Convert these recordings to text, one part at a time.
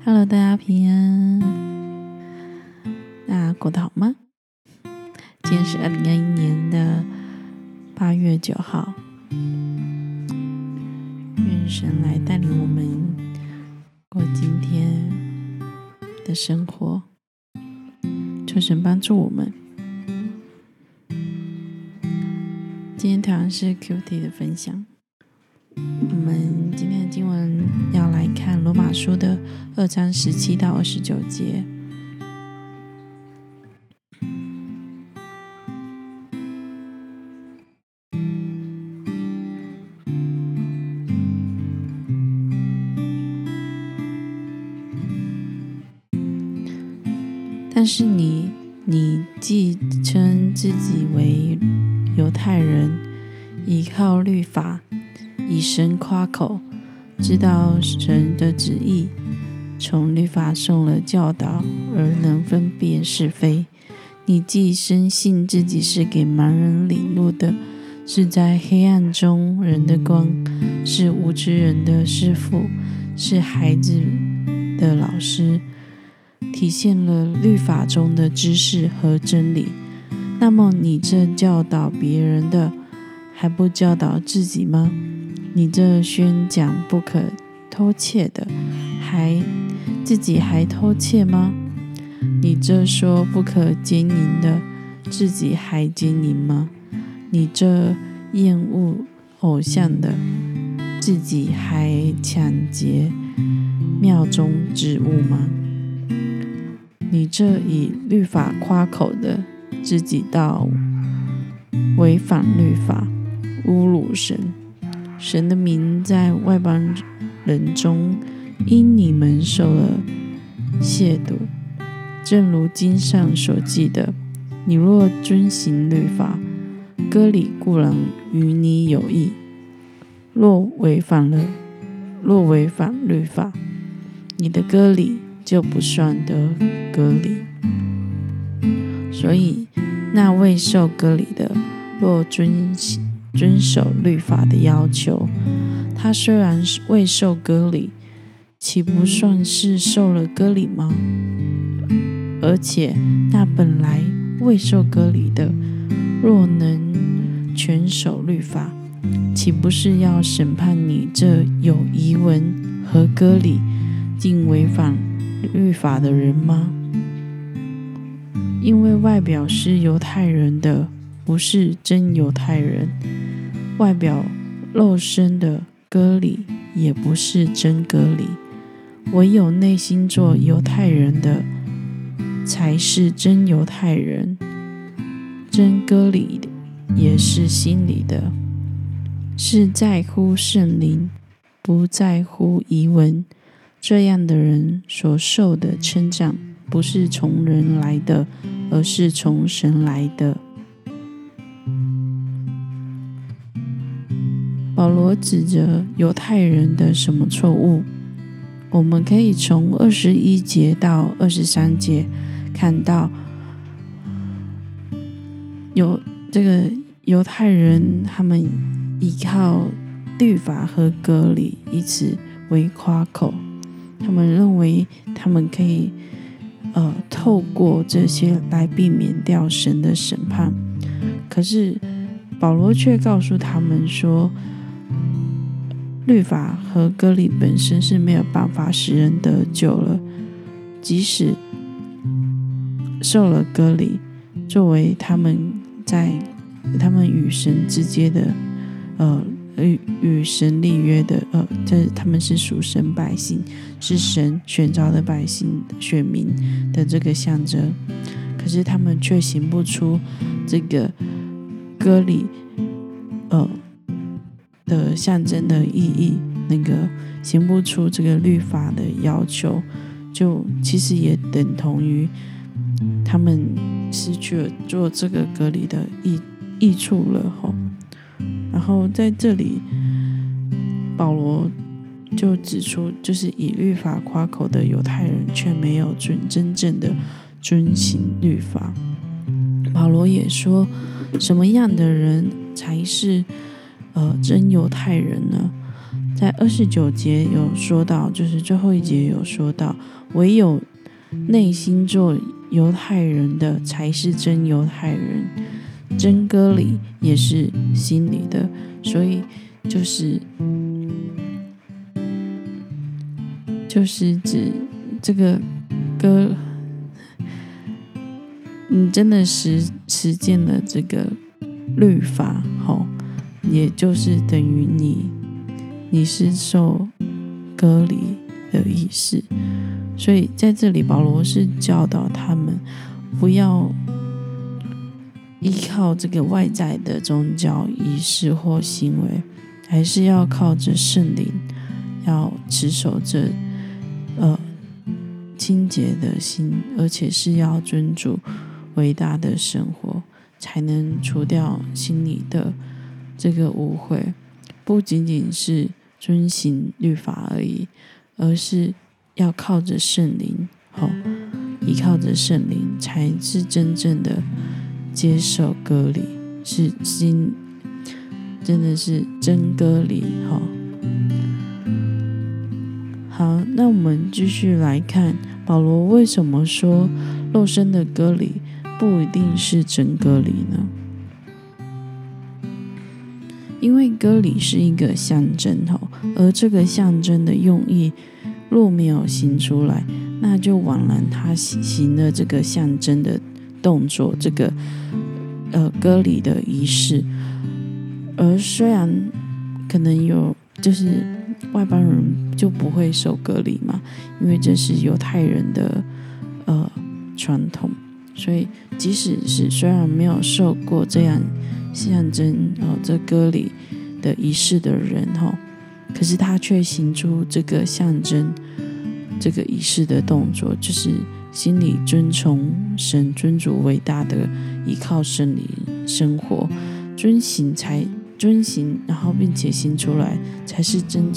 Hello， 大家平安，大家过得好吗？今天是2021年的8月9号，愿神来带领我们过今天的生活，求神帮助我们。今天同样是 QT 的分享，我们今天的经文要来看罗马书的2章17到29节。但是你既称自己为犹太人，依靠律法，以神夸口，知道神的旨意，从律法受了教导，而能分辨是非。你既深信自己是给盲人领路的，是在黑暗中人的光，是无知人的师父，是孩子的老师，体现了律法中的知识和真理。那么你这教导别人的，还不教导自己吗？你这宣讲不可偷窃的，自己还偷窃吗？你这说不可奸淫的，自己还奸淫吗？你这厌恶偶像的，自己还抢劫庙中之物吗？你这以律法夸口的，自己倒违反律法，侮辱神。神的名在外邦人中因你们受了亵渎，正如经上所记的，你若遵行律法，割礼固然与你有益；若违反律法，你的割礼就不算得割礼。所以那未受割礼的，若遵守律法的要求，他虽然未受割礼，岂不算是受了割礼吗？而且那本来未受割礼的，若能全守律法，岂不是要审判你这有遗文和割礼，竟违反律法的人吗？因为外表是犹太人的，不是真犹太人；外表肉身的割礼，也不是真割礼。唯有内心做犹太人的，才是真犹太人。真割礼也是心里的，是在乎圣灵，不在乎遗文。这样的人所受的称赞，不是从人来的，而是从神来的。保罗指着犹太人的什么错误？我们可以从21节到23节看到，这个犹太人他们依靠律法和割礼，以此为夸口。他们认为他们可以透过这些来避免掉神的审判。可是保罗却告诉他们说，律法和割礼本身是没有办法使人得救了。即使受了割礼，作为他们与神之间的与神立约的他们是属神百姓，是神选召的百姓选民的这个象征。可是他们却行不出这个割礼的象征的意义，行不出这个律法的要求，就其实也等同于他们失去了做这个割礼的益处了。然后在这里保罗就指出，就是以律法夸口的犹太人却没有真正的遵行律法。保罗也说，什么样的人才是真犹太人呢？ 在29节有说到，就是最后一节有说到，唯有内心做犹太人的才是真犹太人，真割礼也是心里的。所以就是指这个割，你真的实践了这个律法，也就是等于你是受割礼的仪式。所以在这里保罗是教导他们不要依靠这个外在的宗教仪式或行为，还是要靠着圣灵，要持守着清洁的心，而且是要尊主伟大的生活，才能除掉心里的这个污秽。不仅仅是遵行律法而已，而是要靠着圣灵，依靠着圣灵，才是真正的接受割礼，是心，真的是真割礼。好，那我们继续来看保罗为什么说肉身的割礼不一定是真割礼呢？因为割礼是一个象征，而这个象征的用意若没有行出来，那就枉然他行了这个象征的动作，这个割礼的仪式。而虽然可能有就是外邦人就不会受割礼嘛，因为这是犹太人的传统，所以即使是虽然没有受过这样象征这割礼的仪式的人，可是他却行出这个象征这个仪式的动作，就是心里遵从神尊主伟大的依靠圣灵生活，遵行，然后并且行出来，才是真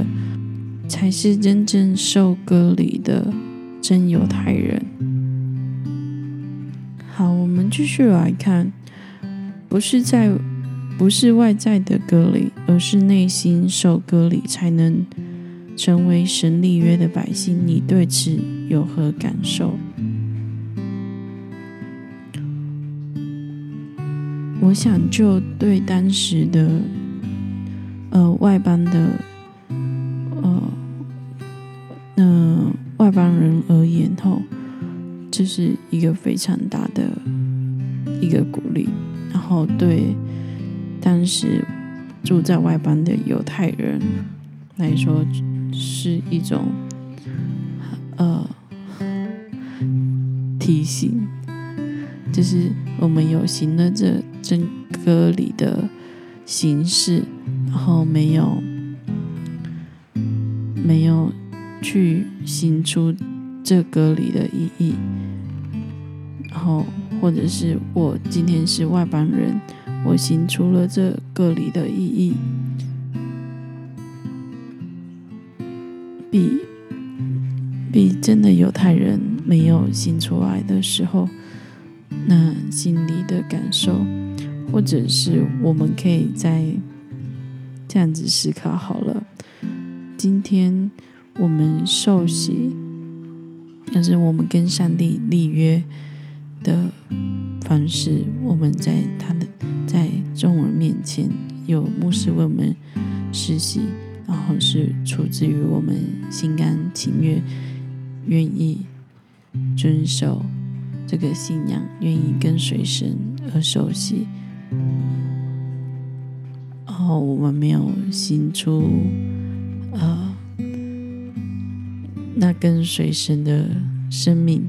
正受割礼的真犹太人。好，我们继续来看，不是外在的割礼，而是内心受割礼，才能成为神立约的百姓。你对此有何感受？我想就对当时的外邦的外邦人而言，这是一个非常大的一个鼓励。然后对当时住在外邦的犹太人来说，是一种提醒，就是我们有行了这真割礼的形式，然后没有去行出这割礼的意义，然后或者是我今天是外邦人，我行出了这割礼的意义，比真的犹太人没有行出来的时候，那心里的感受，或者是我们可以再这样子思考好了。今天我们受洗，但是我们跟上帝立约的方式，我们在众人面前有牧师为我们施洗，然后是出自于我们心甘情愿，愿意遵守这个信仰，愿意跟随神而受洗。然后我们没有行出那跟随神的生命，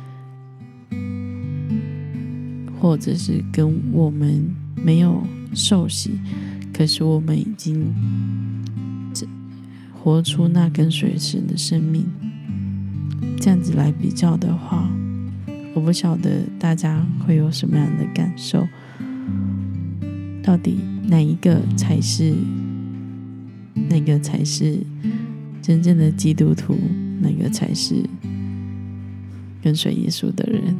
或者是跟我们没有受洗，可是我们已经活出那跟随神的生命，这样子来比较的话，我不晓得大家会有什么样的感受，到底哪个才是真正的基督徒，哪个才是跟随耶稣的人。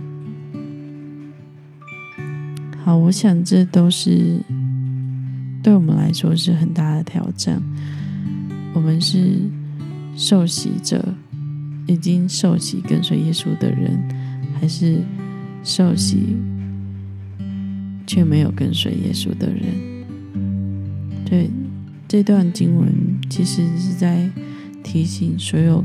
好，我想这都是对我们来说是很大的挑战。 我们是受洗者，已经受洗跟随耶稣的人，还是受洗却没有跟随耶稣的人。对，这段经文其实是在提醒所有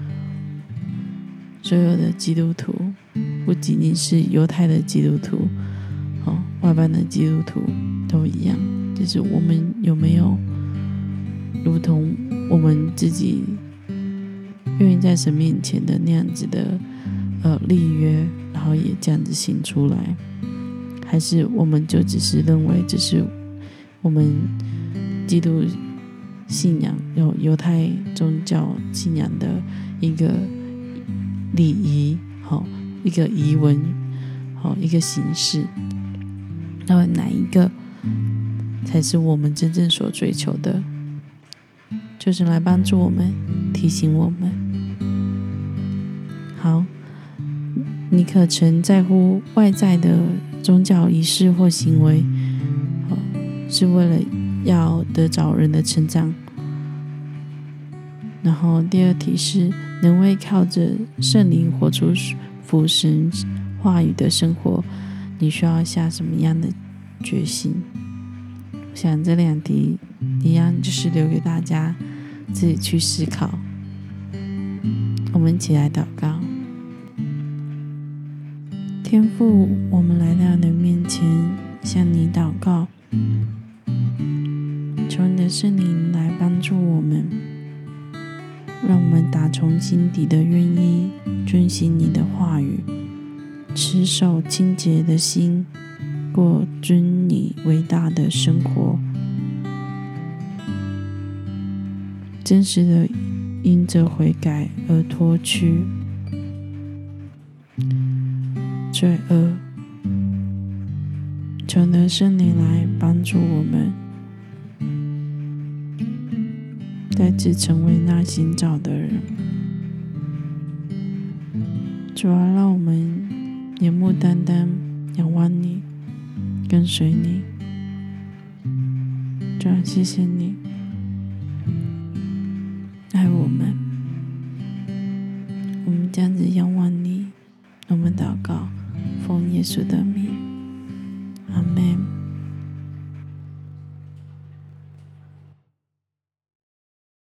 的基督徒，不仅仅是犹太的基督徒，外邦的基督徒都一样，就是我们有没有如同我们自己愿意在神面前的那样子的立约，然后也这样子行出来，还是我们就只是认为这是我们基督信仰犹太宗教信仰的一个礼仪，一个仪文，一个形式，那么哪一个才是我们真正所追求的？就是来帮助我们，提醒我们。好，你可曾在乎外在的宗教仪式或行为，是为了要得着人的称赞？然后第二题是，能为靠着圣灵活出符神话语的生活，你需要下什么样的决心？我想这两题一样，就是留给大家自己去思考。我们一起来祷告。天父，我们来到你的面前，向你祷告，求你的圣灵来帮助我们，让我们打从心底的愿意遵行你的话语，持守清洁的心，过尊你伟大的生活，真实的因着悔改而脱去罪恶。求你的圣灵来帮助我们，再次成为那行走的人。主啊，让我们眼目单单仰望你，跟随你。主啊，谢谢你爱我们，我们这样子仰望你，我们祷告，奉耶稣的名，阿们。